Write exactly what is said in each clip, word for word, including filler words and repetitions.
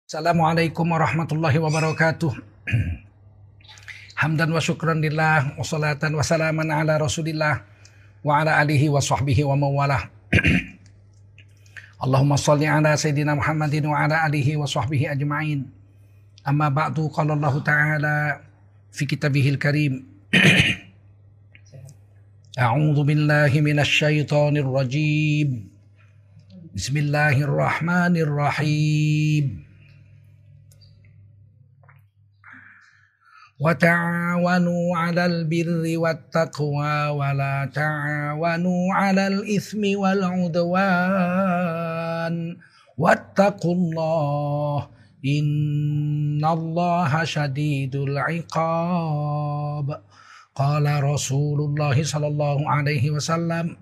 Assalamualaikum warahmatullahi wabarakatuh. Hamdan wa syukran lillah wa salatan wa salaman ala rasulillah wa ala alihi wa sahbihi wa mawalah. Allahumma salli ala sayyidina Muhammadin wa ala alihi wa sahbihi ajma'in. Amma ba'du, qala Allah ta'ala fi kitabihil karim. A'udzu billahi minasy syaithanir rajim. Bismillahirrahmanirrahim. Wa ta'awanu 'alal birri wat taqwa wa la ta'awanu 'alal itsmi wal 'udwan wattaqullaha innallaha syadidul 'iqab. Qala Rasulullah sallallahu alaihi wasallam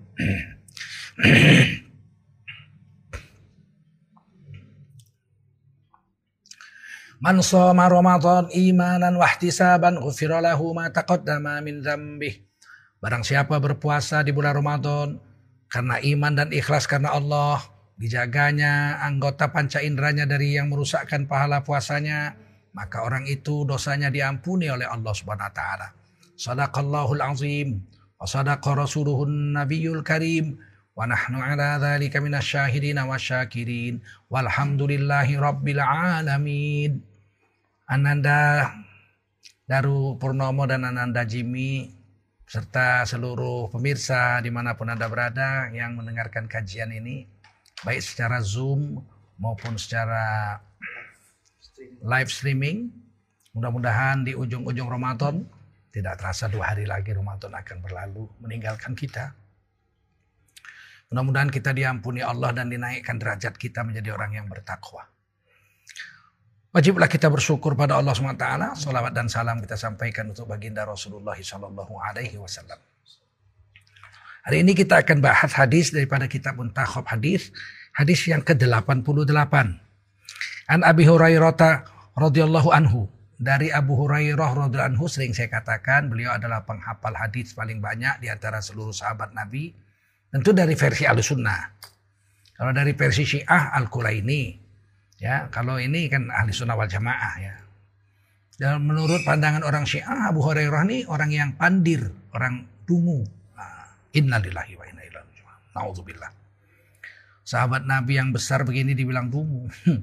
Man shoma Ramadan imanan wahtisaban ghufira lahu ma taqaddama min dzambih. Barang siapa berpuasa di bulan Ramadan karena iman dan ikhlas karena Allah, dijaganya anggota panca inderanya dari yang merusakkan pahala puasanya, maka orang itu dosanya diampuni oleh Allah Subhanahu wa taala. Shadaqallahul azim wa shadaqa rasuluhun nabiyul karim wa nahnu ala dzalika minasyahidin wasyakirin walhamdulillahi rabbil alamin. Ananda Daru Purnomo dan Ananda Jimmy serta seluruh pemirsa dimanapun Anda berada yang mendengarkan kajian ini, baik secara Zoom maupun secara live streaming. Mudah-mudahan di ujung-ujung Ramadan, tidak terasa dua hari lagi Ramadan akan berlalu meninggalkan kita. Mudah-mudahan kita diampuni Allah dan dinaikkan derajat kita menjadi orang yang bertakwa. Wajiblah kita bersyukur pada Allah subhanahu wa taala. Salawat dan salam kita sampaikan untuk baginda Rasulullah sallallahu alaihi wasallam. Hari ini kita akan bahas hadis daripada kitab Muntakhab Hadis, hadis yang ke delapan puluh delapan. An Abi Hurairah radhiyallahu anhu. Dari Abu Hurairah radhiyallahu anhu, sering saya katakan beliau adalah penghafal hadis paling banyak di antara seluruh sahabat Nabi. Tentu dari versi Ahlussunnah. Kalau dari versi Syiah Al-Qulaini. Ya, kalau ini kan ahli sunnah wal jamaah ya. Dan menurut pandangan orang Syiah, Abu Hurairah ini orang yang pandir, orang dungu. Nah, innalillahi wa inna ilaihi raji'un. Nauzubillah. Sahabat Nabi yang besar begini dibilang dungu.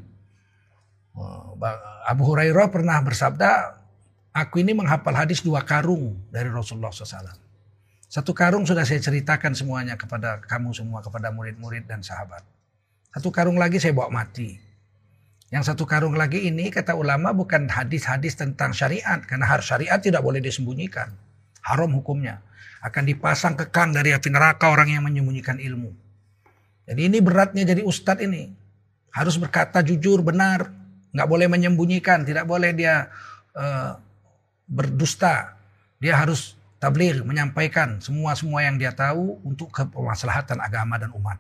Abu Hurairah pernah bersabda, aku ini menghafal hadis dua karung dari Rasulullah shallallahu alaihi wasallam. Satu karung sudah saya ceritakan semuanya kepada kamu semua, kepada murid-murid dan sahabat. Satu karung lagi saya bawa mati. Yang satu karung lagi ini kata ulama bukan hadis-hadis tentang syariat. Karena harus syariat tidak boleh disembunyikan. Haram hukumnya. Akan dipasang kekang dari api neraka orang yang menyembunyikan ilmu. Jadi ini beratnya jadi ustadz ini. Harus berkata jujur, benar. Nggak boleh menyembunyikan. Tidak boleh dia uh, berdusta. Dia harus tabligh, menyampaikan semua-semua yang dia tahu untuk kemaslahatan agama dan umat.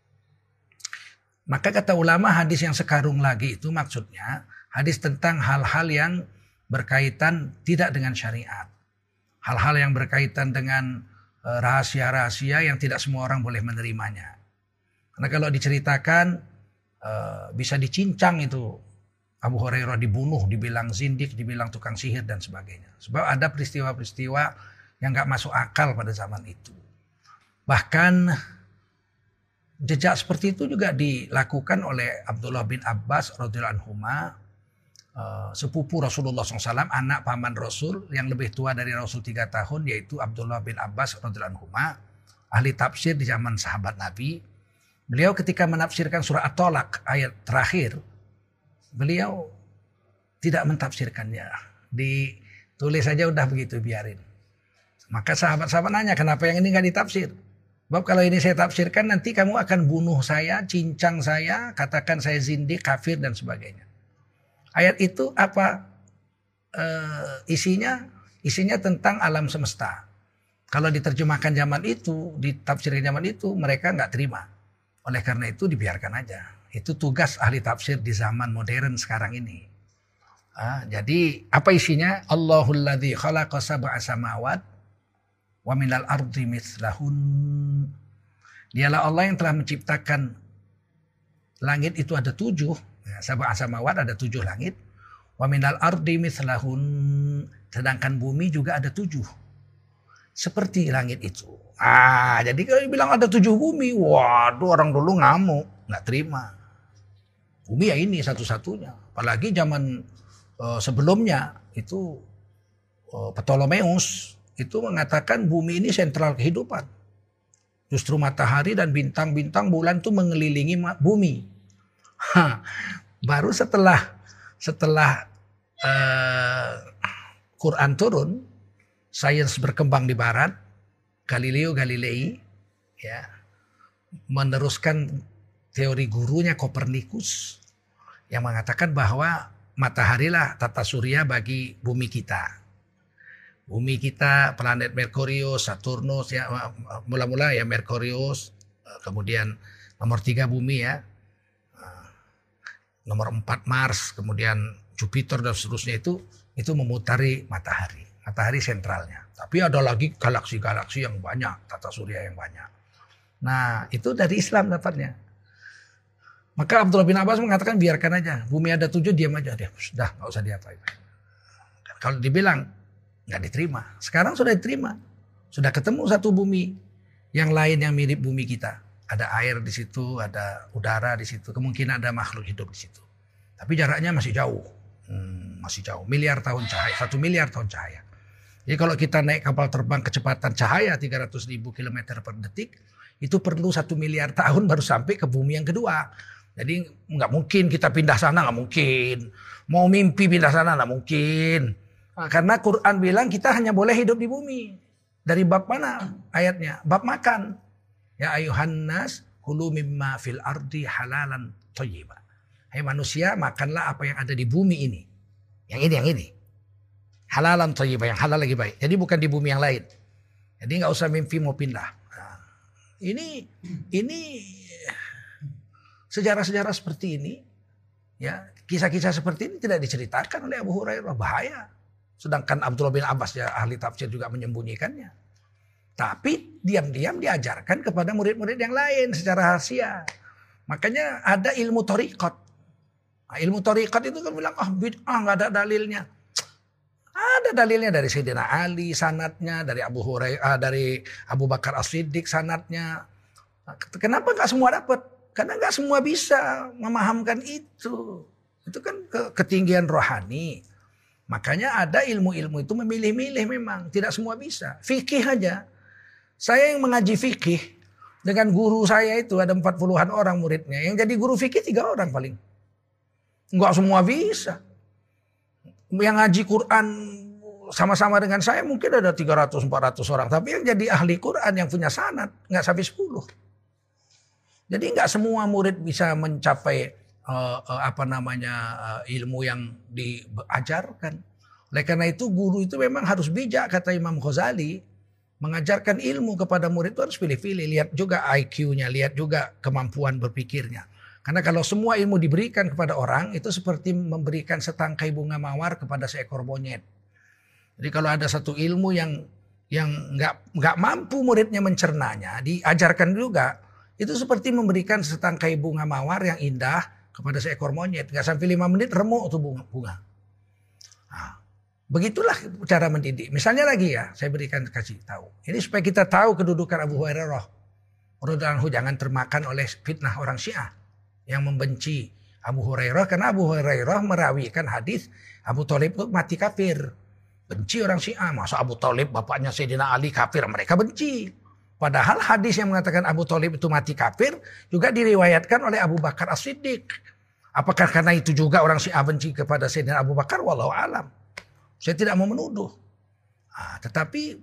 Maka kata ulama hadis yang sekarung lagi itu maksudnya hadis tentang hal-hal yang berkaitan tidak dengan syariat. Hal-hal yang berkaitan dengan uh, rahasia-rahasia yang tidak semua orang boleh menerimanya. Karena kalau diceritakan uh, bisa dicincang itu. Abu Hurairah dibunuh, dibilang zindik, dibilang tukang sihir dan sebagainya. Sebab ada peristiwa-peristiwa yang gak masuk akal pada zaman itu. Bahkan jejak seperti itu juga dilakukan oleh Abdullah bin Abbas radhiyallahu anhuma, uh, sepupu Rasulullah shallallahu alaihi wasallam, anak paman Rasul yang lebih tua dari Rasul tiga tahun, yaitu Abdullah bin Abbas radhiyallahu anhuma, ahli tafsir di zaman sahabat Nabi. Beliau ketika menafsirkan surah At-Tolak ayat terakhir, beliau tidak mentafsirkannya. Ditulis saja udah begitu, biarin. Maka sahabat-sahabat nanya, kenapa yang ini gak ditafsir? Sebab kalau ini saya tafsirkan nanti kamu akan bunuh saya, cincang saya, katakan saya zindik, kafir dan sebagainya. Ayat itu apa e, isinya? Isinya tentang alam semesta. Kalau diterjemahkan zaman itu, ditafsirkan zaman itu, mereka nggak terima. Oleh karena itu dibiarkan aja. Itu tugas ahli tafsir di zaman modern sekarang ini. Ah, jadi apa isinya? Allahul ladzi khalaqa sab'a samawat wa minal ardi mithlahun. Dialah Allah yang telah menciptakan langit itu ada tujuh. Ya, sab'a samawat ada tujuh langit. Wa minal ardi mithlahun, sedangkan bumi juga ada tujuh. Seperti langit itu. Ah, jadi kalau bilang ada tujuh bumi, waduh orang dulu ngamuk, nggak terima. Bumi ya ini satu-satunya. Apalagi zaman uh, sebelumnya itu uh, Ptolemeus itu mengatakan bumi ini sentral kehidupan. Justru matahari dan bintang-bintang bulan itu mengelilingi bumi. Ha, baru setelah setelah uh, Quran turun, sains berkembang di barat, Galileo Galilei ya meneruskan teori gurunya Kopernikus yang mengatakan bahwa matahari lah tata surya bagi bumi kita. Bumi kita, planet Merkurius, Saturnus, ya mula-mula ya Merkurius, kemudian nomor tiga bumi ya, nomor empat Mars, kemudian Jupiter dan seterusnya itu itu memutari matahari, matahari sentralnya. Tapi ada lagi galaksi-galaksi yang banyak, tata surya yang banyak. Nah itu dari Islam dapatnya. Maka Abdullah bin Abbas mengatakan biarkan aja, bumi ada tujuh diam aja deh, sudah nggak usah diapain. Kalau dibilang nggak diterima. Sekarang sudah diterima. Sudah ketemu satu bumi yang lain yang mirip bumi kita. Ada air di situ, ada udara di situ. Kemungkinan ada makhluk hidup di situ. Tapi jaraknya masih jauh. Hmm, masih jauh. Miliar tahun cahaya. Satu miliar tahun cahaya. Jadi kalau kita naik kapal terbang kecepatan cahaya tiga ratus ribu kilometer per detik. Itu perlu satu miliar tahun baru sampai ke bumi yang kedua. Jadi nggak mungkin kita pindah sana, nggak mungkin. Mau mimpi pindah sana, nggak mungkin. Nah, karena Quran bilang kita hanya boleh hidup di bumi. Dari bab mana ayatnya? Bab makan. Ya ayuhan nas kulu mimma fil ardi halalan thayyiba. Hai manusia, makanlah apa yang ada di bumi ini. Yang ini, yang ini. Halalan thayyiba, yang halal lagi baik. Jadi bukan di bumi yang lain. Jadi nggak usah mimpi mau pindah. Nah, ini ini sejarah-sejarah seperti ini, ya kisah-kisah seperti ini tidak diceritakan oleh Abu Hurairah, bahaya. Sedangkan Abdullah bin Abbas ya ahli tafsir juga menyembunyikannya. Tapi diam-diam diajarkan kepada murid-murid yang lain secara rahasia. Makanya ada ilmu thariqat. Nah, ilmu thariqat itu kan bilang ah oh, bid'ah nggak ada dalilnya. Ada dalilnya dari Sayyidina Ali sanadnya, dari Abu Hurairah, dari Abu Bakar As-Siddiq sanadnya. Nah, kenapa nggak semua dapat? Karena nggak semua bisa memahamkan itu. Itu kan ketinggian rohani. Makanya ada ilmu-ilmu itu memilih-milih memang. Tidak semua bisa. Fikih aja. Saya yang mengaji fikih. Dengan guru saya itu ada empat puluhan orang muridnya. Yang jadi guru fikih tiga orang paling. Enggak semua bisa. Yang ngaji Quran sama-sama dengan saya mungkin ada tiga ratus sampai empat ratus orang. Tapi yang jadi ahli Quran yang punya sanad enggak sampai sepuluh. Jadi enggak semua murid bisa mencapai Uh, uh, apa namanya uh, ilmu yang diajarkan. Oleh karena itu guru itu memang harus bijak, kata Imam Ghazali. Mengajarkan ilmu kepada murid itu harus pilih-pilih. Lihat juga I Q-nya, lihat juga kemampuan berpikirnya. Karena kalau semua ilmu diberikan kepada orang, itu seperti memberikan setangkai bunga mawar kepada seekor monyet. Jadi kalau ada satu ilmu yang yang nggak nggak mampu muridnya mencernanya, diajarkan juga, itu seperti memberikan setangkai bunga mawar yang indah kepada seekor monyet. Gak sampai lima menit remuk tuh bunga. bunga. Nah, begitulah cara mendidik. Misalnya lagi ya, saya berikan kasih tahu. Ini supaya kita tahu kedudukan Abu Hurairah. Radhiyallahu jangan termakan oleh fitnah orang Syiah yang membenci Abu Hurairah. Karena Abu Hurairah merawikan hadis Abu Thalib itu mati kafir. Benci orang Syiah. Masa Abu Thalib bapaknya Sayyidina Ali kafir? Mereka benci. Padahal hadis yang mengatakan Abu Thalib itu mati kafir juga diriwayatkan oleh Abu Bakar As-Siddiq. Apakah karena itu juga orang Syiah benci kepada Sayyidina Abu Bakar? Wallahu alam. Saya tidak mau menuduh. Nah, tetapi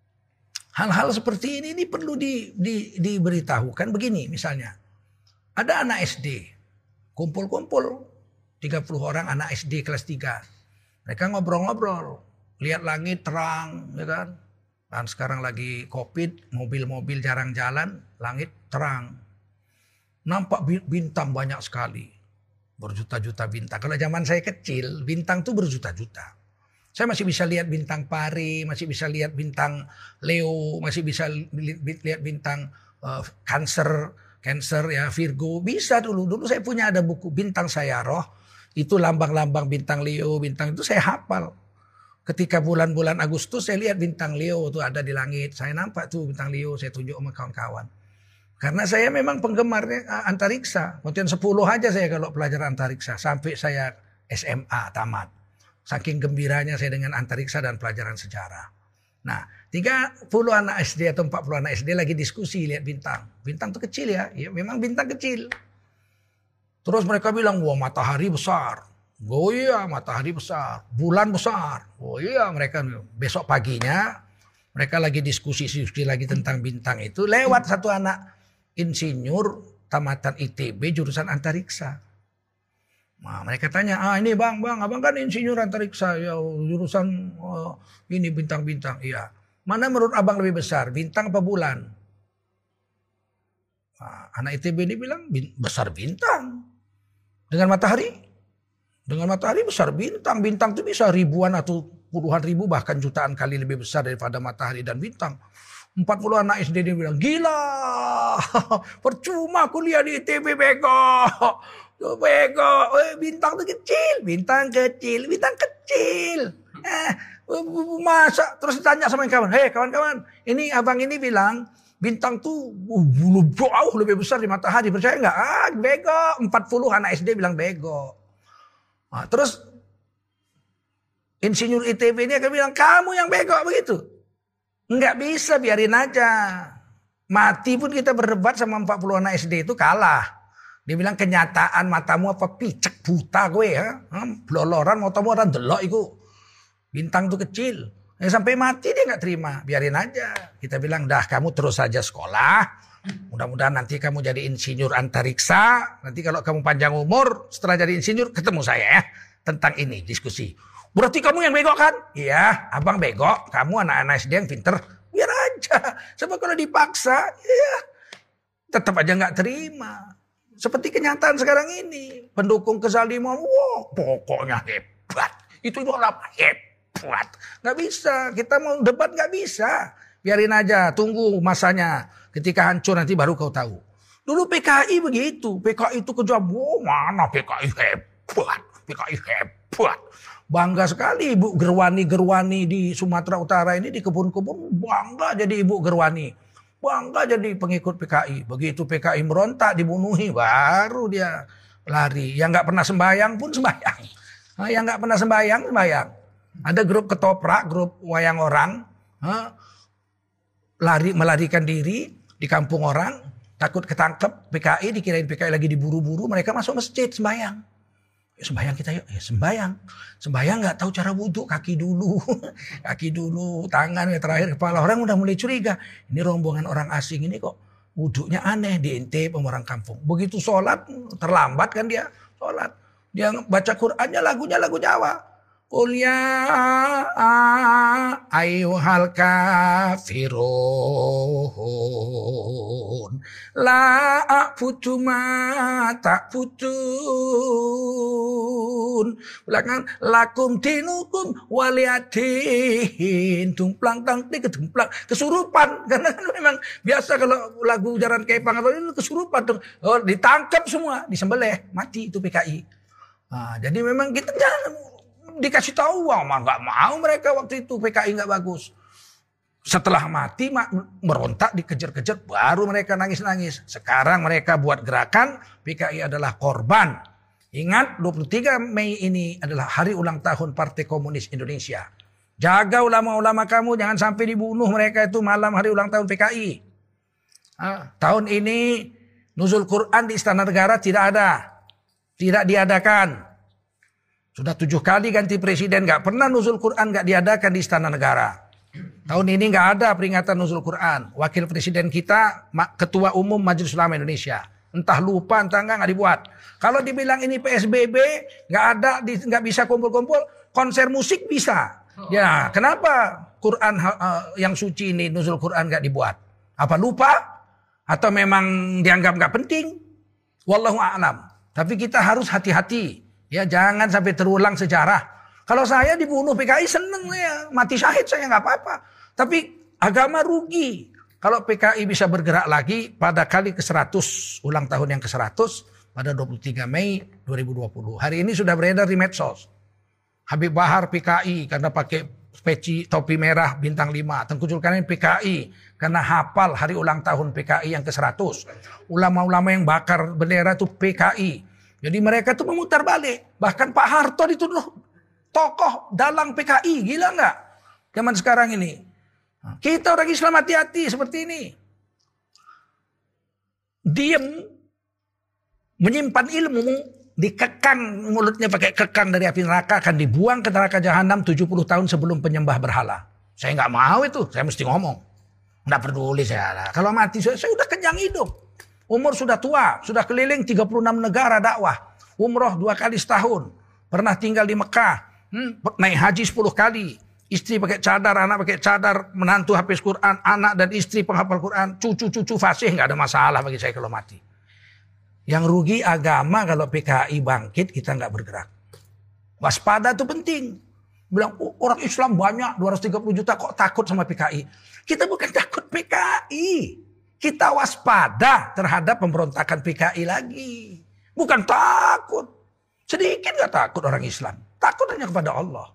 hal-hal seperti ini, ini perlu di, di, diberitahukan. Begini misalnya. Ada anak S D. Kumpul-kumpul. tiga puluh orang anak S D kelas tiga. Mereka ngobrol-ngobrol. Lihat langit terang. Ya kan? Dan sekarang lagi Covid, mobil-mobil jarang jalan, langit terang. Nampak bintang banyak sekali. Berjuta-juta bintang. Kalau zaman saya kecil, bintang tuh berjuta-juta. Saya masih bisa lihat bintang Pari, masih bisa lihat bintang Leo, masih bisa lihat bintang uh, Cancer, Cancer ya, Virgo, bisa dulu. Dulu saya punya ada buku Bintang Sayaroh, itu lambang-lambang bintang Leo, bintang itu saya hafal. Ketika bulan-bulan Agustus saya lihat bintang Leo tuh ada di langit, saya nampak tuh bintang Leo, saya tunjuk sama kawan-kawan. Karena saya memang penggemarnya antariksa, kemudian sepuluh aja saya kalau pelajaran antariksa, sampai saya S M A tamat. Saking gembiranya saya dengan antariksa dan pelajaran sejarah. Nah, tiga puluh anak S D atau empat puluh anak S D lagi diskusi lihat bintang. Bintang itu kecil ya, ya memang bintang kecil. Terus mereka bilang, wah matahari besar. Oh iya matahari besar. Bulan besar. Oh iya mereka besok paginya mereka lagi diskusi-diskusi lagi tentang bintang itu. Lewat satu anak insinyur tamatan I T B jurusan antariksa. Nah, mereka tanya, ah ini bang, bang, abang kan insinyur antariksa, ya jurusan uh, ini bintang-bintang. Iya. Mana menurut abang lebih besar, bintang apa bulan? Nah, anak I T B ini bilang, besar bintang. Dengan matahari? Dengan matahari besar bintang. Bintang itu bisa ribuan atau puluhan ribu, bahkan jutaan kali lebih besar daripada matahari dan bintang. empat puluh anak S D dia bilang, gila, percuma kuliah di I T B bego. Tuh bego, eh, bintang tuh kecil, bintang kecil, bintang kecil. Eh, masa terus ditanya sama kawan, hei kawan-kawan, ini abang ini bilang bintang tuh uh, jauh lebih besar di matahari, percaya nggak? Ah, bego, empat puluh anak S D bilang bego. Nah, terus insinyur I T B ini akan bilang kamu yang bego begitu. Nggak bisa, biarin aja. Mati pun kita berdebat sama empat puluh anak S D itu kalah. Dia bilang kenyataan matamu apa picek buta gue ya. Bloloran matamu orang delok itu. Bintang tuh kecil. Ya, sampai mati dia nggak terima. Biarin aja. Kita bilang dah kamu terus saja sekolah. Mudah-mudahan nanti kamu jadi insinyur antariksa. Nanti kalau kamu panjang umur setelah jadi insinyur ketemu saya ya. Tentang ini diskusi. Berarti kamu yang bego kan? Iya abang bego. Kamu anak-anak S D yang pinter. Biar aja. Sebab kalau dipaksa ya tetap aja nggak terima. Seperti kenyataan sekarang ini. Pendukung kezaliman, wah pokoknya hebat. Itu itu apa? Hebat. Gak bisa. Kita mau debat gak bisa. Biarin aja. Tunggu masanya. Ketika hancur nanti baru kau tahu. Dulu P K I begitu. P K I itu kejam. Wah mana P K I hebat. P K I hebat. Bangga sekali Ibu Gerwani-Gerwani di Sumatera Utara ini di kebun-kebun. Bangga jadi Ibu Gerwani. Bangga jadi pengikut P K I. Begitu P K I merontak dibunuhi baru dia lari. Yang gak pernah sembahyang pun sembahyang. Nah, yang gak pernah sembahyang sembahyang. Ada grup ketoprak, grup wayang orang. Huh? Lari melarikan diri di kampung orang. Takut ketangkep P K I, dikirain P K I lagi diburu-buru. Mereka masuk masjid sembahyang. Ya, sembahyang kita yuk, ya, sembahyang. Sembahyang nggak tahu cara wudhu, kaki dulu, kaki dulu, tangan ya terakhir kepala. Orang udah mulai curiga. Ini rombongan orang asing ini kok wudhunya aneh, diintip sama orang kampung. Begitu sholat terlambat kan dia sholat. Dia baca Qur'annya lagunya lagu Jawa. Qul ya ayyuhal kafirun la a'budu ma ta'budun. Belakang lakum dinukum waliyadin. Dumplang tang tik dumplang kesurupan karena kan memang biasa kalau lagu jaran kepang atau itu kesurupan tuh. Oh, ditangkap semua, disembelih, mati itu P K I. Nah, jadi memang kita jangan dikasih tahu, wah nggak mau mereka waktu itu P K I nggak bagus. Setelah mati merontak dikejar-kejar baru mereka nangis-nangis. Sekarang mereka buat gerakan P K I adalah korban. Ingat dua puluh tiga Mei ini adalah hari ulang tahun Partai Komunis Indonesia. Jaga ulama-ulama kamu jangan sampai dibunuh mereka itu malam hari ulang tahun P K I. Nah, tahun ini nuzul Quran di Istana Negara tidak ada. Tidak diadakan. Sudah tujuh kali ganti presiden, gak pernah nuzul Quran gak diadakan di Istana Negara. Tahun ini gak ada peringatan nuzul Quran. Wakil presiden kita, Ketua Umum Majelis Ulama Indonesia. Entah lupa, entah enggak, gak dibuat. Kalau dibilang ini P S B B, gak ada, gak bisa kumpul-kumpul, konser musik bisa. Ya, kenapa Quran uh, yang suci ini, nuzul Quran gak dibuat? Apa lupa? Atau memang dianggap gak penting? Wallahu a'lam. Tapi kita harus hati-hati. Ya jangan sampai terulang sejarah. Kalau saya dibunuh P K I seneng ya. Mati syahid saya nggak apa-apa. Tapi agama rugi. Kalau P K I bisa bergerak lagi pada kali ke seratus, ulang tahun yang ke seratus pada dua puluh tiga Mei dua ribu dua puluh. Hari ini sudah beredar di medsos. Habib Bahar P K I karena pakai peci topi merah bintang lima. Tengku Zulkarnain P K I karena hafal hari ulang tahun P K I yang ke seratus. Ulama-ulama yang bakar bendera itu P K I. Jadi mereka tuh memutar balik. Bahkan Pak Harto dituduh tokoh dalang P K I. Gila nggak? Zaman sekarang ini. Kita orang Islam hati-hati seperti ini. Diem. Menyimpan ilmu. Dikekang mulutnya pakai kekang dari api neraka. Akan dibuang ke neraka jahanam tujuh puluh tahun sebelum penyembah berhala. Saya nggak mau itu. Saya mesti ngomong. Nggak peduli saya. Kalau mati saya, saya udah kenyang hidup. Umur sudah tua. Sudah keliling tiga puluh enam negara dakwah. Umroh dua kali setahun. Pernah tinggal di Mekah. Hmm, naik haji sepuluh kali. Istri pakai cadar, anak pakai cadar, menantu hafiz Quran, anak dan istri penghafal Quran, cucu-cucu fasih, nggak ada masalah bagi saya kalau mati. Yang rugi agama kalau P K I bangkit kita nggak bergerak. Waspada itu penting. Bilang oh, orang Islam banyak dua ratus tiga puluh juta kok takut sama P K I. Kita bukan takut P K I. Kita waspada terhadap pemberontakan P K I lagi. Bukan takut. Sedikit nggak takut orang Islam. Takut hanya kepada Allah.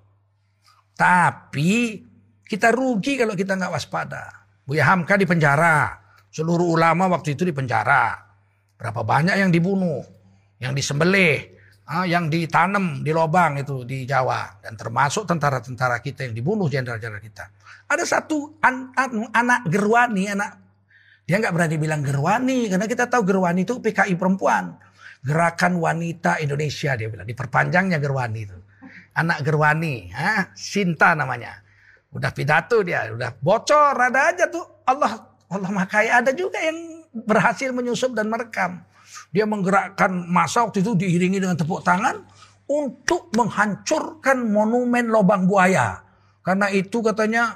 Tapi kita rugi kalau kita nggak waspada. Buya Hamka di penjara. Seluruh ulama waktu itu di penjara. Berapa banyak yang dibunuh, yang disembelih, yang ditanam di lubang itu di Jawa. Dan termasuk tentara-tentara kita yang dibunuh, jenderal-jenderal kita. Ada satu an, an, anak Gerwani, anak dia nggak berani bilang Gerwani. Karena kita tahu Gerwani itu P K I perempuan. Gerakan Wanita Indonesia dia bilang. Diperpanjangnya Gerwani itu. Anak Gerwani, ha? Sinta namanya. Udah pidato dia, udah bocor, ada aja tuh. Allah, Allah makanya ada juga yang berhasil menyusup dan merekam. Dia menggerakkan massa waktu itu diiringi dengan tepuk tangan untuk menghancurkan monumen Lobang Buaya. Karena itu katanya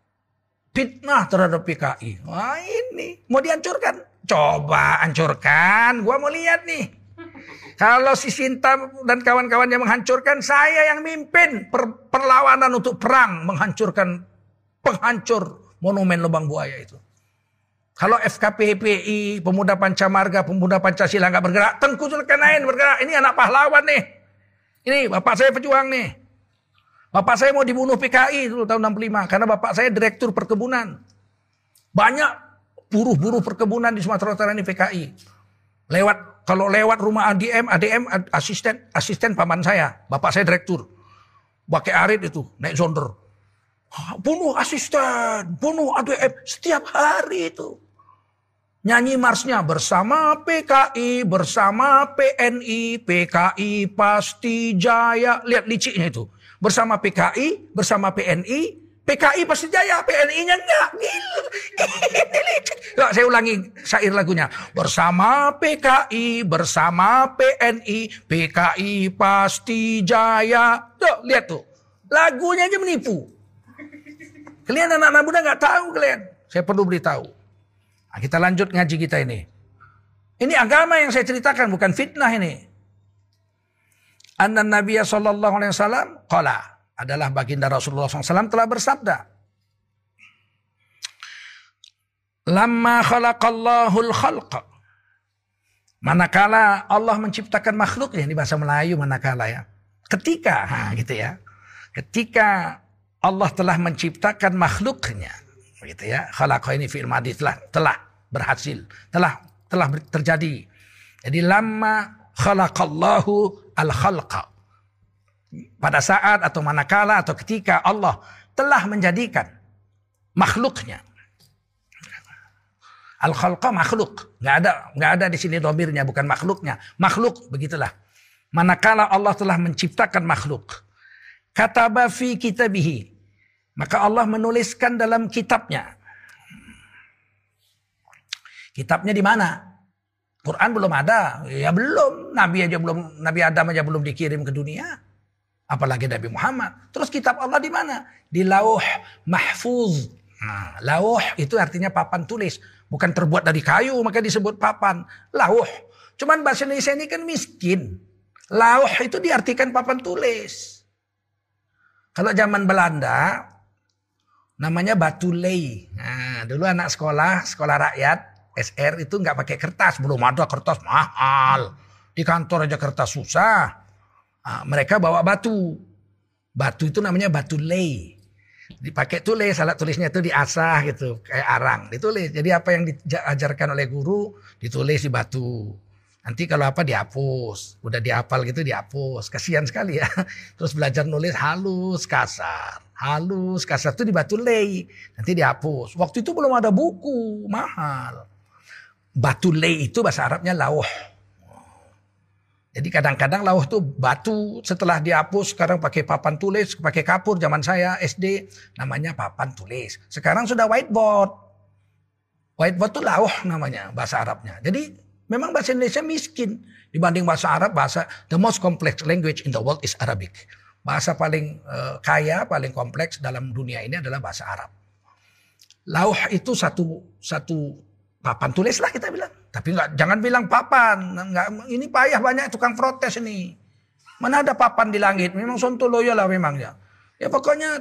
fitnah terhadap P K I. Wah ini mau dihancurkan. Coba hancurkan, gua mau lihat nih. Kalau si Sinta dan kawan-kawannya menghancurkan, saya yang mimpin per perlawanan untuk perang menghancurkan penghancur monumen Lubang Buaya itu. Kalau F K P P I, Pemuda Pancamarga, Pemuda Pancasila nggak bergerak, Tengku Zulkarnain bergerak. Ini anak pahlawan nih. Ini bapak saya pejuang nih. Bapak saya mau dibunuh P K I dulu tahun enam puluh lima karena bapak saya direktur perkebunan. Banyak buruh-buruh perkebunan di Sumatera Utara ini P K I. Lewat kalau lewat rumah A D M, A D M asisten asisten paman saya, bapak saya direktur. Pakai arit itu, naik zonder. Bunuh asisten, bunuh A D M setiap hari itu. Nyanyi marsnya bersama P K I, bersama P N I, P K I pasti jaya. Lihat liciknya itu. Bersama P K I, bersama P N I, P K I pasti jaya, P N I-nya enggak. Gila. Ini licik. Nah, saya ulangi syair lagunya. Bersama P K I, bersama P N I, P K I pasti jaya. Tuh, lihat tuh. Lagunya aja menipu. Kalian anak-anak muda nggak tahu kalian. Saya perlu beritahu. Nah, kita lanjut ngaji kita ini. Ini agama yang saya ceritakan, bukan fitnah ini. Anna Nabiya sallallahu alaihi wasallam qala adalah baginda Rasulullah shallallahu alaihi wasallam telah bersabda. Lamma khalaqallahul khalqa. Manakala Allah menciptakan makhluknya, ini bahasa Melayu manakala ya. Ketika, nah gitu ya. Ketika Allah telah menciptakan makhluknya, gitu ya. Khalaqa ini fi'il madhi telah telah berhasil, telah telah terjadi. Jadi lamma khalaqallahu al khalqa. Pada saat atau manakala atau ketika Allah telah menjadikan makhluknya. Al-khalqa makhluk. Nggak ada, nggak ada di sini domirnya, bukan makhluknya. Makhluk, begitulah. Manakala Allah telah menciptakan makhluk. Kataba fi kitabihi. Maka Allah menuliskan dalam kitabnya. Kitabnya di mana? Quran belum ada. Ya belum. Nabi aja belum, Nabi Adam aja belum dikirim ke dunia. Apalagi Nabi Muhammad. Terus kitab Allah di mana? Di lauh mahfuz. Nah, lauh itu artinya papan tulis. Bukan terbuat dari kayu, maka disebut papan. Lauh. Cuman bahasa Indonesia ini kan miskin. Lauh itu diartikan papan tulis. Kalau zaman Belanda, namanya batu lei. Nah, Nah dulu anak sekolah, sekolah rakyat, S R itu nggak pakai kertas. Belum ada kertas, mahal. Di kantor aja kertas susah. Nah, mereka bawa batu. Batu itu namanya batu lei. Dipakai tulis, alat tulisnya itu diasah gitu. Kayak arang, ditulis. Jadi apa yang diajarkan oleh guru, ditulis di batu. Nanti kalau apa dihapus. Udah dihafal gitu dihapus. Kasihan sekali ya. Terus belajar nulis halus, kasar. Halus, kasar itu di batu lei. Nanti dihapus. Waktu itu belum ada buku. Mahal. Batu lei itu bahasa Arabnya lauh. Jadi kadang-kadang lauh itu batu. Setelah dihapus sekarang pakai papan tulis. Pakai kapur zaman saya S D. Namanya papan tulis. Sekarang sudah whiteboard. Whiteboard itu lauh namanya bahasa Arabnya. Jadi memang bahasa Indonesia miskin dibanding bahasa Arab. Bahasa the most complex language in the world is Arabic. Bahasa paling uh, kaya, paling kompleks dalam dunia ini adalah bahasa Arab. Lauh itu satu satu papan tulis lah kita bilang. Tapi nggak, jangan bilang papan. Nggak, ini payah banyak tukang protes ini. Mana ada papan di langit? Memang sontoloyo lah memangnya. Ya pokoknya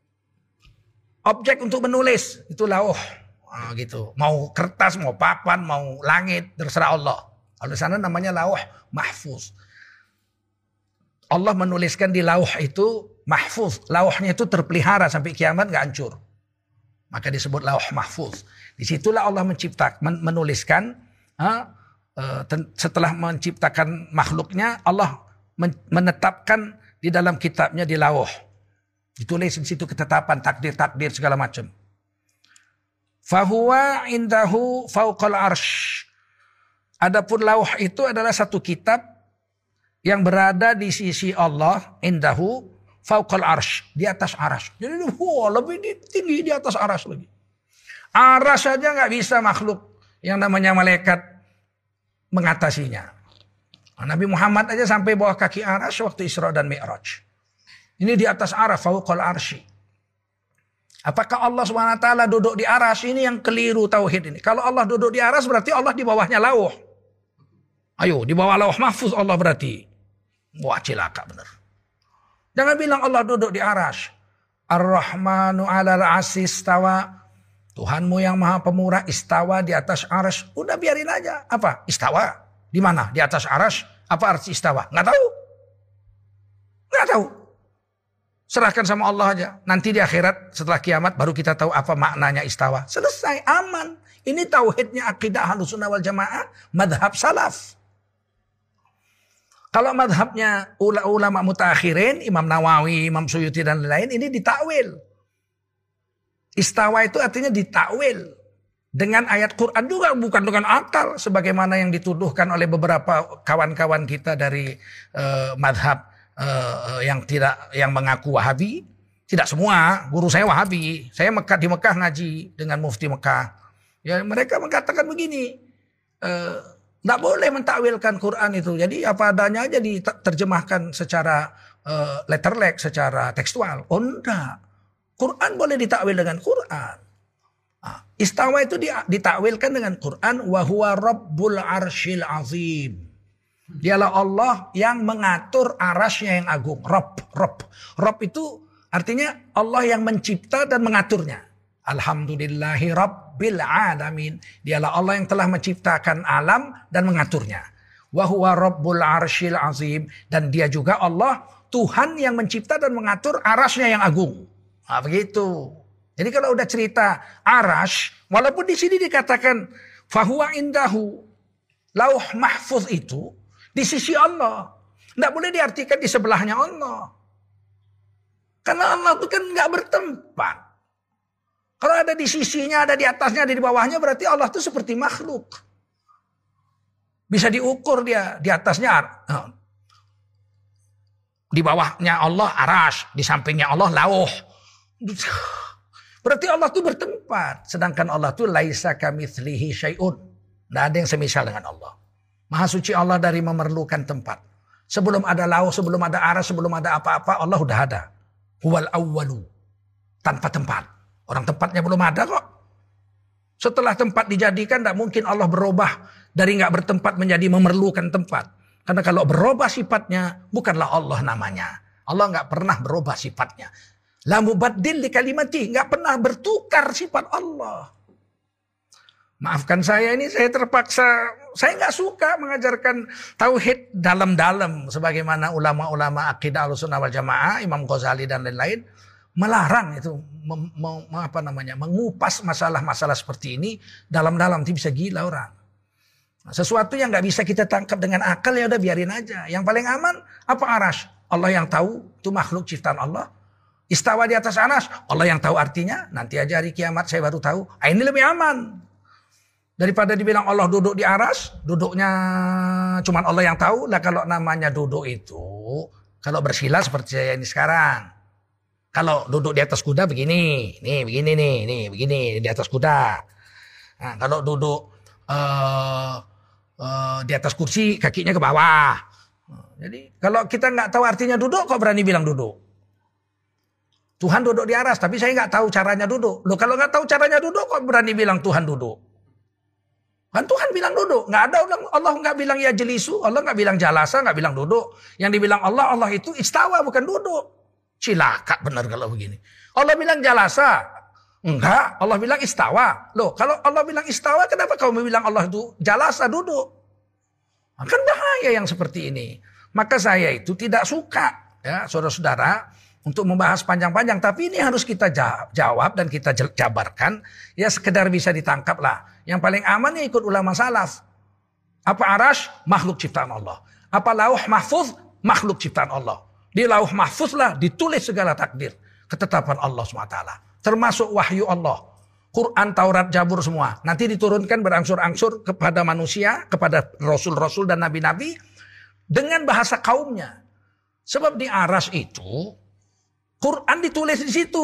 objek untuk menulis itu lauh. Nah, gitu. Mau kertas, mau papan, mau langit, terserah Allah. Kalau sana namanya lauh mahfuz. Allah menuliskan di lauh itu mahfuz. Lauhnya itu terpelihara sampai kiamat gak hancur. Maka disebut lauh mahfuz. Disitulah Allah menciptakan, menuliskan. Ha, setelah menciptakan makhluknya, Allah menetapkan di dalam kitabnya di lauh. Ditulis di situ ketetapan, takdir-takdir segala macam. Fahuwa indahu fauqal arsh. Adapun lauh itu adalah satu kitab yang berada di sisi Allah, indahu fauqal arsh, di atas arsh. Jadi wow, lebih tinggi di atas arsh lagi. Arsh saja nggak bisa makhluk yang namanya malaikat mengatasinya. Nabi Muhammad aja sampai bawah kaki arsh waktu Isra dan Mi'raj. Ini di atas arsh, fauqal arsy. Apakah Allah subhanahu wa taala duduk di aras? Ini yang keliru tauhid ini. Kalau Allah duduk di aras berarti Allah di bawahnya lauh. Ayo, di bawah lauh mahfuz Allah berarti. Wah, cilaka benar. Jangan bilang Allah duduk di aras. Ar-Rahmanu 'alal 'arsy istawa. Tuhanmu yang Maha Pemurah istawa di atas aras. Udah biarin aja. Apa? Istawa. Di mana? Di atas aras. Apa arti istawa? Enggak tahu. Enggak tahu. Serahkan sama Allah aja. Nanti di akhirat setelah kiamat baru kita tahu apa maknanya istawa. Selesai, aman. Ini tauhidnya akidah Ahlussunnah wal Jamaah, madhab salaf. Kalau madhabnya ulama mutakhirin, Imam Nawawi, Imam Suyuti dan lain-lain, ini ditakwil. Istawa itu artinya ditakwil. Dengan ayat Quran juga, bukan dengan akal. Sebagaimana yang dituduhkan oleh beberapa kawan-kawan kita dari uh, madhab Uh, yang tidak yang mengaku Wahabi. Tidak semua, guru saya Wahabi. Saya Mekah, di Mekah ngaji dengan mufti Mekah. Ya mereka mengatakan begini, tidak uh, boleh mentakwilkan Quran itu. Jadi apa adanya aja diterjemahkan secara uh, letterlek, secara tekstual. Oh enggak, Quran boleh ditakwil dengan Quran. Nah, istawa itu ditakwilkan dengan Quran. Wa huwa rabbul arsyil azim. Dialah Allah yang mengatur arasnya yang agung. Rob, Rob. Rob itu artinya Allah yang mencipta dan mengaturnya. Alhamdulillahi Rabbil Alamin. Dialah Allah yang telah menciptakan alam dan mengaturnya. Wa huwa Rabbul Arsyil Azim. Dan dia juga Allah, Tuhan yang mencipta dan mengatur arasnya yang agung. Nah, begitu. Jadi kalau udah cerita arash, walaupun di sini dikatakan fahuwa indahu, lauh mahfuz itu di sisi Allah. Tidak boleh diartikan di sebelahnya Allah. Karena Allah itu kan nggak bertempat. Kalau ada di sisinya, ada di atasnya, ada di bawahnya, berarti Allah itu seperti makhluk. Bisa diukur dia. Di atasnya, di bawahnya Allah arash, di sampingnya Allah lauh. Berarti Allah itu bertempat. Sedangkan Allah itu laisa kamitslihi syai'un. Tidak ada yang semisal dengan Allah. Maha suci Allah dari memerlukan tempat. Sebelum ada lauh, sebelum ada arah, sebelum ada apa-apa, Allah udah ada. Huwal awwalu. Tanpa tempat. Orang tempatnya belum ada kok. Setelah tempat dijadikan, tidak mungkin Allah berubah dari nggak bertempat menjadi memerlukan tempat. Karena kalau berubah sifatnya, bukanlah Allah namanya. Allah nggak pernah berubah sifatnya. La mubaddil li kalimati, nggak pernah bertukar sifat Allah. Maafkan saya ini, saya terpaksa, saya nggak suka mengajarkan tauhid dalam-dalam sebagaimana ulama-ulama akidah Ahlussunnah wal Jamaah, Imam Ghazali dan lain-lain melarang itu, mem, mem, apa namanya, mengupas masalah-masalah seperti ini dalam-dalam, itu bisa gila orang. Sesuatu yang nggak bisa kita tangkap dengan akal ya udah biarin aja. Yang paling aman apa arash? Allah yang tahu, itu makhluk ciptaan Allah. Istawa di atas arash, Allah yang tahu artinya. Nanti aja hari kiamat saya baru tahu. Ah, ini lebih aman. Daripada dibilang Allah duduk di aras, duduknya cuman Allah yang tahu. Lah kalau namanya duduk itu, kalau bersila seperti saya ini sekarang. Kalau duduk di atas kuda begini, nih begini nih, nih begini di atas kuda. Nah, kalau duduk uh, uh, di atas kursi, kakinya ke bawah. Jadi kalau kita nggak tahu artinya duduk, kok berani bilang duduk? Tuhan duduk di aras, tapi saya nggak tahu caranya duduk. Loh kalau nggak tahu caranya duduk, kok berani bilang Tuhan duduk? Kan Tuhan bilang duduk, nggak ada Allah nggak bilang ya jelisu, Allah nggak bilang jalasa, nggak bilang duduk. Yang dibilang Allah, Allah itu istawa bukan duduk. Cilaka benar kalau begini. Allah bilang jalasa, enggak. Allah bilang istawa. Loh kalau Allah bilang istawa, kenapa kamu bilang Allah itu jalasa duduk? Kan bahaya yang seperti ini. Maka saya itu tidak suka, ya saudara-saudara, untuk membahas panjang-panjang, tapi ini harus kita jawab dan kita jabarkan, ya sekedar bisa ditangkap lah. Yang paling aman ya ikut ulama salaf. Apa arash? Makhluk ciptaan Allah. Apa lauh mahfuz? Makhluk ciptaan Allah. Di lauh mahfuz lah ditulis segala takdir, ketetapan Allah subhanahu wa taala. Termasuk wahyu Allah. Quran, Taurat, Zabur semua. Nanti diturunkan berangsur-angsur kepada manusia, kepada rasul-rasul dan nabi-nabi dengan bahasa kaumnya. Sebab di arash itu Quran ditulis di situ.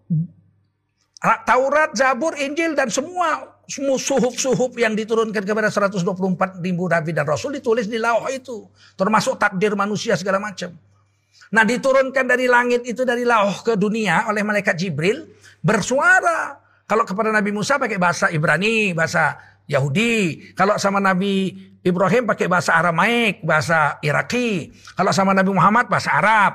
Taurat, Zabur, Injil dan semua semua suhuf-suhuf yang diturunkan kepada seratus dua puluh empat ribu nabi dan rasul ditulis di lauh itu. Termasuk takdir manusia segala macam. Nah diturunkan dari langit itu dari lauh ke dunia oleh malaikat Jibril bersuara. Kalau kepada Nabi Musa pakai bahasa Ibrani, bahasa Yahudi. Kalau sama Nabi Ibrahim pakai bahasa Aramaik, bahasa Iraki. Kalau sama Nabi Muhammad bahasa Arab.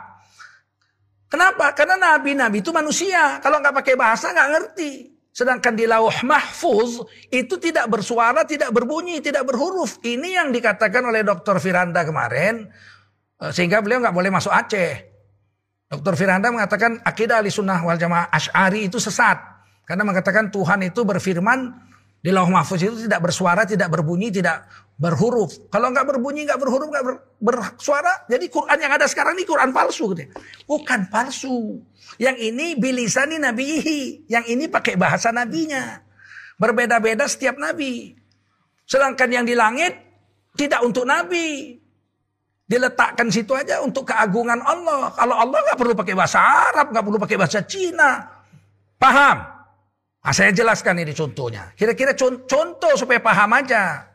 Kenapa? Karena nabi-nabi itu manusia. Kalau nggak pakai bahasa nggak ngerti. Sedangkan di lauh mahfuz itu tidak bersuara, tidak berbunyi, tidak berhuruf. Ini yang dikatakan oleh doktor Firanda kemarin. Sehingga beliau nggak boleh masuk Aceh. doktor Firanda mengatakan akidah Ahlussunnah wal Jamaah Asy'ari itu sesat. Karena mengatakan Tuhan itu berfirman di lauh mahfuz itu tidak bersuara, tidak berbunyi, tidak berhuruf. Kalau nggak berbunyi, nggak berhuruf, nggak ber, bersuara, jadi Quran yang ada sekarang ini Quran palsu. Bukan palsu. Yang ini bilisani nabihi, yang ini pakai bahasa nabinya. Berbeda-beda setiap nabi. Sedangkan yang di langit tidak untuk nabi. Diletakkan situ aja untuk keagungan Allah. Kalau Allah nggak perlu pakai bahasa Arab, nggak perlu pakai bahasa Cina. Paham? Nah, saya jelaskan ini contohnya. Kira-kira contoh supaya paham aja.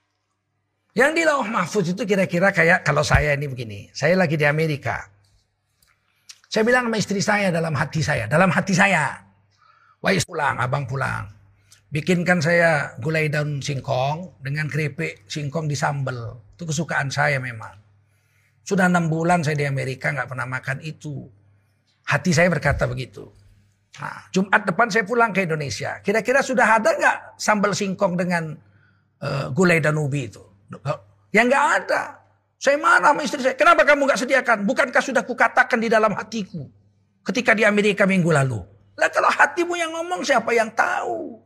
Yang di lauh mahfuz itu kira-kira kayak kalau saya ini begini. Saya lagi di Amerika. Saya bilang sama istri saya dalam hati saya. Dalam hati saya. Wais pulang, abang pulang. Bikinkan saya gulai daun singkong dengan keripik singkong di sambal. Itu kesukaan saya memang. Sudah enam bulan saya di Amerika nggak pernah makan itu. Hati saya berkata begitu. Nah, Jumat depan saya pulang ke Indonesia. Kira-kira sudah ada nggak sambal singkong dengan uh, gulai dan ubi itu? Yang nggak ada. Saya marah sama istri saya. Kenapa kamu nggak sediakan? Bukankah sudah kukatakan di dalam hatiku ketika di Amerika minggu lalu? Lah kalau hatimu yang ngomong siapa yang tahu?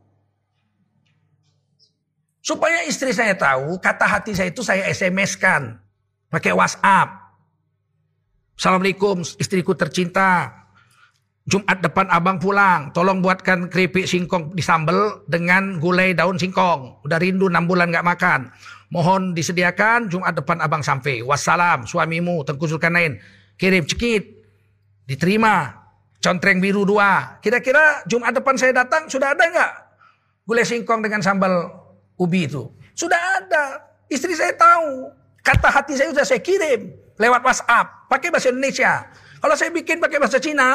Supaya istri saya tahu, kata hati saya itu saya S M S-kan. Pakai WhatsApp. Assalamualaikum istriku tercinta. Jumat depan abang pulang. Tolong buatkan keripik singkong di sambal dengan gulai daun singkong. Udah rindu enam bulan gak makan. Mohon disediakan Jumat depan abang sampai. Wassalam suamimu Tengku Zulkarnain. Kirim cekit. Diterima. Contreng biru dua. Kira-kira Jumat depan saya datang sudah ada gak gulai singkong dengan sambal ubi itu? Sudah ada. Istri saya tahu. Kata hati saya sudah saya kirim lewat WhatsApp pakai bahasa Indonesia. Kalau saya bikin pakai bahasa Cina,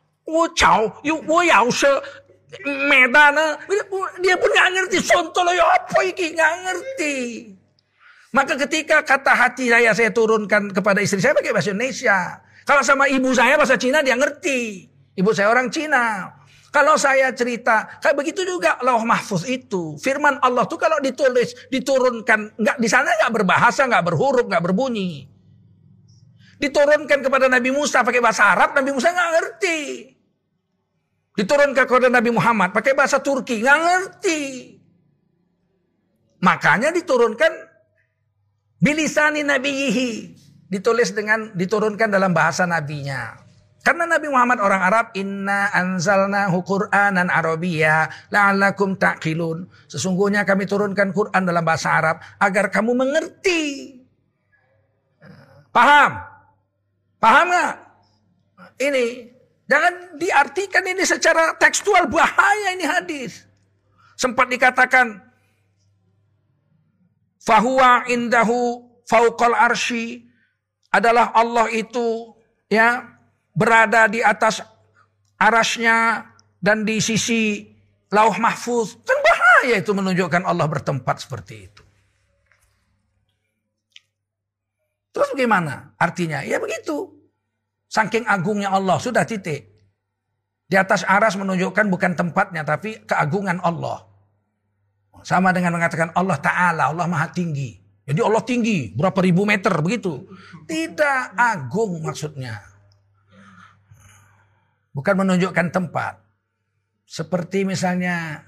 dia pun nggak ngerti. Sontolo ya apa iki nggak ngerti. Maka ketika kata hati saya saya turunkan kepada istri saya pakai bahasa Indonesia. Kalau sama ibu saya bahasa Cina dia ngerti. Ibu saya orang Cina. Kalau saya cerita, kayak begitu juga Lauh Mahfuz itu. Firman Allah tuh kalau ditulis, diturunkan, nggak di sana nggak berbahasa, nggak berhuruf, nggak berbunyi. Diturunkan kepada Nabi Musa pakai bahasa Arab, Nabi Musa nggak ngerti. Diturunkan kepada Nabi Muhammad pakai bahasa Turki, nggak ngerti. Makanya diturunkan bilisani nabiyihi, ditulis dengan diturunkan dalam bahasa nabinya. Karena Nabi Muhammad orang Arab, inna anzalnahu Qur'anan Arabiyya la'allakum ta'qilun. Sesungguhnya kami turunkan Quran dalam bahasa Arab agar kamu mengerti. Paham? Paham nggak? Ini jangan diartikan ini secara tekstual, bahaya ini hadis. Sempat dikatakan fahuwa indahu fauqal arsy, adalah Allah itu ya berada di atas arasnya dan di sisi Lauh Mahfuz. Kan bahaya itu menunjukkan Allah bertempat seperti itu. Terus bagaimana artinya? Ya begitu. Saking agungnya Allah, sudah titik. Di atas aras menunjukkan bukan tempatnya tapi keagungan Allah. Sama dengan mengatakan Allah Ta'ala, Allah Maha Tinggi. Jadi Allah tinggi, berapa ribu meter begitu. Tidak, agung maksudnya. Bukan menunjukkan tempat. Seperti misalnya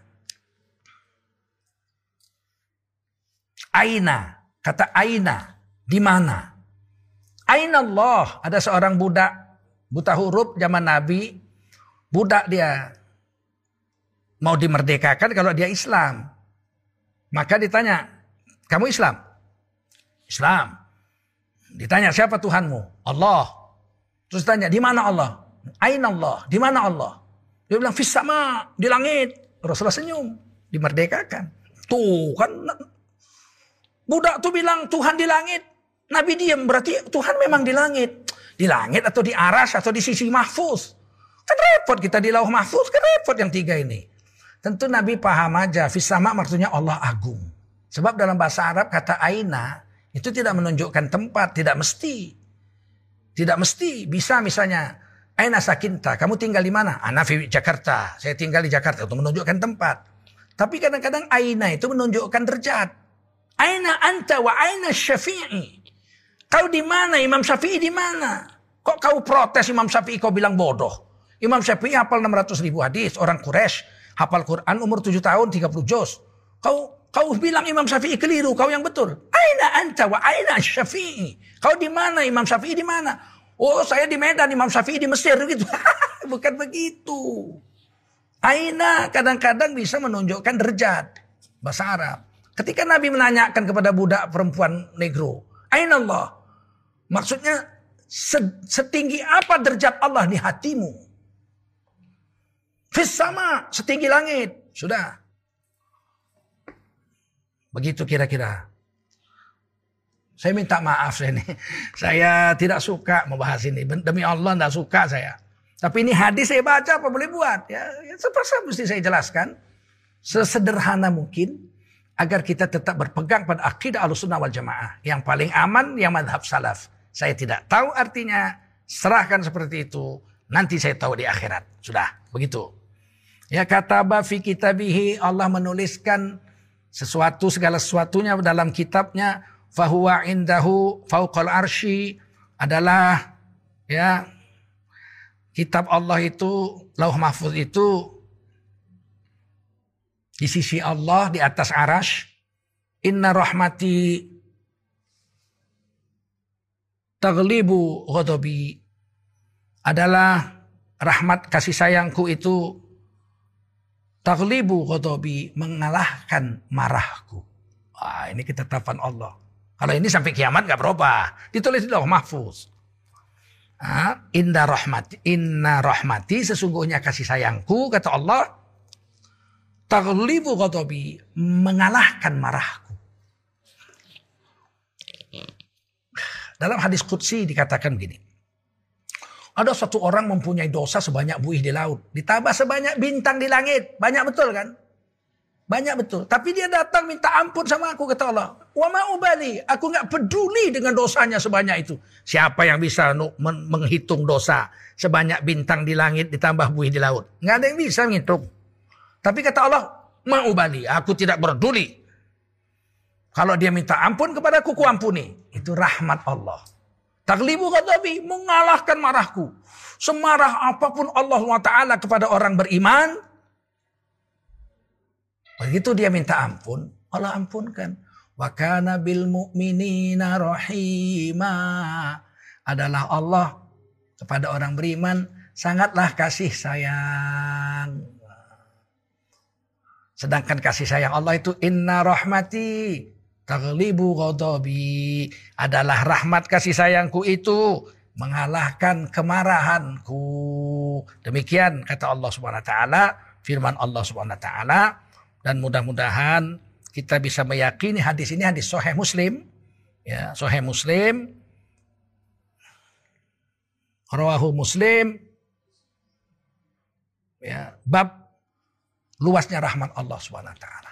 aina, kata aina, di mana? Aina Allah, ada seorang budak buta huruf zaman Nabi, budak dia mau dimerdekakan kalau dia Islam. Maka ditanya, kamu Islam? Islam. Ditanya, siapa Tuhanmu? Allah. Terus tanya, di mana Allah? Aina Allah, di mana Allah? Dia bilang fis sama, di langit. Rasulullah senyum, dimerdekakan. Tuh kan budak tuh bilang Tuhan di langit. Nabi diam, berarti Tuhan memang di langit. Di langit atau di aras atau di sisi mahfuz. Kan repot kita di Lauh Mahfuz, kan repot yang tiga ini. Tentu Nabi paham aja, fis sama maksudnya Allah agung. Sebab dalam bahasa Arab kata aina itu tidak menunjukkan tempat, tidak mesti. Tidak mesti, bisa misalnya aina sakinta, kamu tinggal di mana? Ana fi Jakarta, saya tinggal di Jakarta, itu menunjukkan tempat. Tapi kadang-kadang aina itu menunjukkan derajat. Aina anta wa aina syafi'i. Kau di mana? Imam Syafi'i di mana? Kok kau protes Imam Syafi'i, kau bilang bodoh? Imam Syafi'i hafal enam ratus ribu hadis, orang Quraisy, hafal Quran umur tujuh tahun tiga puluh juz. Kau kau bilang Imam Syafi'i keliru, kau yang betul. Aina anta wa aina Syafi'i. Kau di mana? Imam Syafi'i di mana? Oh, saya di Medan, Imam Syafi'i di Mesir gitu. Bukan begitu. Aina kadang-kadang bisa menunjukkan derajat bahasa Arab. Ketika Nabi menanyakan kepada budak perempuan negro, aina Allah? Maksudnya setinggi apa derajat Allah di hatimu? Fis sama, setinggi langit. Sudah. Begitu kira-kira. Saya minta maaf saya ini. Saya tidak suka membahas ini. Demi Allah tidak suka saya. Tapi ini hadis saya baca, apa boleh buat? Ya, ya terpaksa mesti saya jelaskan. Sesederhana mungkin. Agar kita tetap berpegang pada akidah Ahlussunnah wal Jamaah. Yang paling aman, yang madhab salaf. Saya tidak tahu artinya. Serahkan seperti itu. Nanti saya tahu di akhirat. Sudah, begitu. Ya kataba fi kitabihi, Allah menuliskan sesuatu, segala sesuatunya dalam kitabnya. Fahuwa indahu fauqal arsy, adalah ya kitab Allah itu, Lauh Mahfuz itu di sisi Allah di atas arasy. Inna rahmati taglibu ghadabi, adalah rahmat kasih sayangku itu taglibu ghadabi, mengalahkan marahku. Wah, ini ketetapan Allah. Kalau ini sampai kiamat gak berubah. Ditulis di Lauh Mahfuz. Ah, inna rahmati, inna rahmati, sesungguhnya kasih sayangku, kata Allah, taghlibu ghadabi, mengalahkan marahku. Dalam hadis qudsi dikatakan begini. Ada satu orang mempunyai dosa sebanyak buih di laut, ditambah sebanyak bintang di langit. Banyak betul kan? Banyak betul. Tapi dia datang minta ampun sama aku, kata Allah. Wa ma ubali, aku nggak peduli dengan dosanya sebanyak itu. Siapa yang bisa menghitung dosa sebanyak bintang di langit ditambah buih di laut? Nggak ada yang bisa menghitung. Tapi kata Allah, ma ubali, aku tidak peduli. Kalau dia minta ampun kepadaku, ku ampuni. Itu rahmat Allah. Taglibu ghadabi, mengalahkan marahku. Semarah apapun Allah Taala kepada orang beriman, begitu dia minta ampun, Allah ampunkan. Wa kana bil mu'minina rahima. Adalah Allah kepada orang beriman sangatlah kasih sayang. Sedangkan kasih sayang Allah itu inna rahmati taglibu ghadabi. Adalah rahmat kasih sayangku itu mengalahkan kemarahanku. Demikian kata Allah Subhanahu wa taala, firman Allah Subhanahu wa taala, dan mudah-mudahan kita bisa meyakini hadis ini hadis sahih Muslim, ya, sahih Muslim, rawahu Muslim, ya, bab luasnya rahmat Allah Subhanahu wa taala.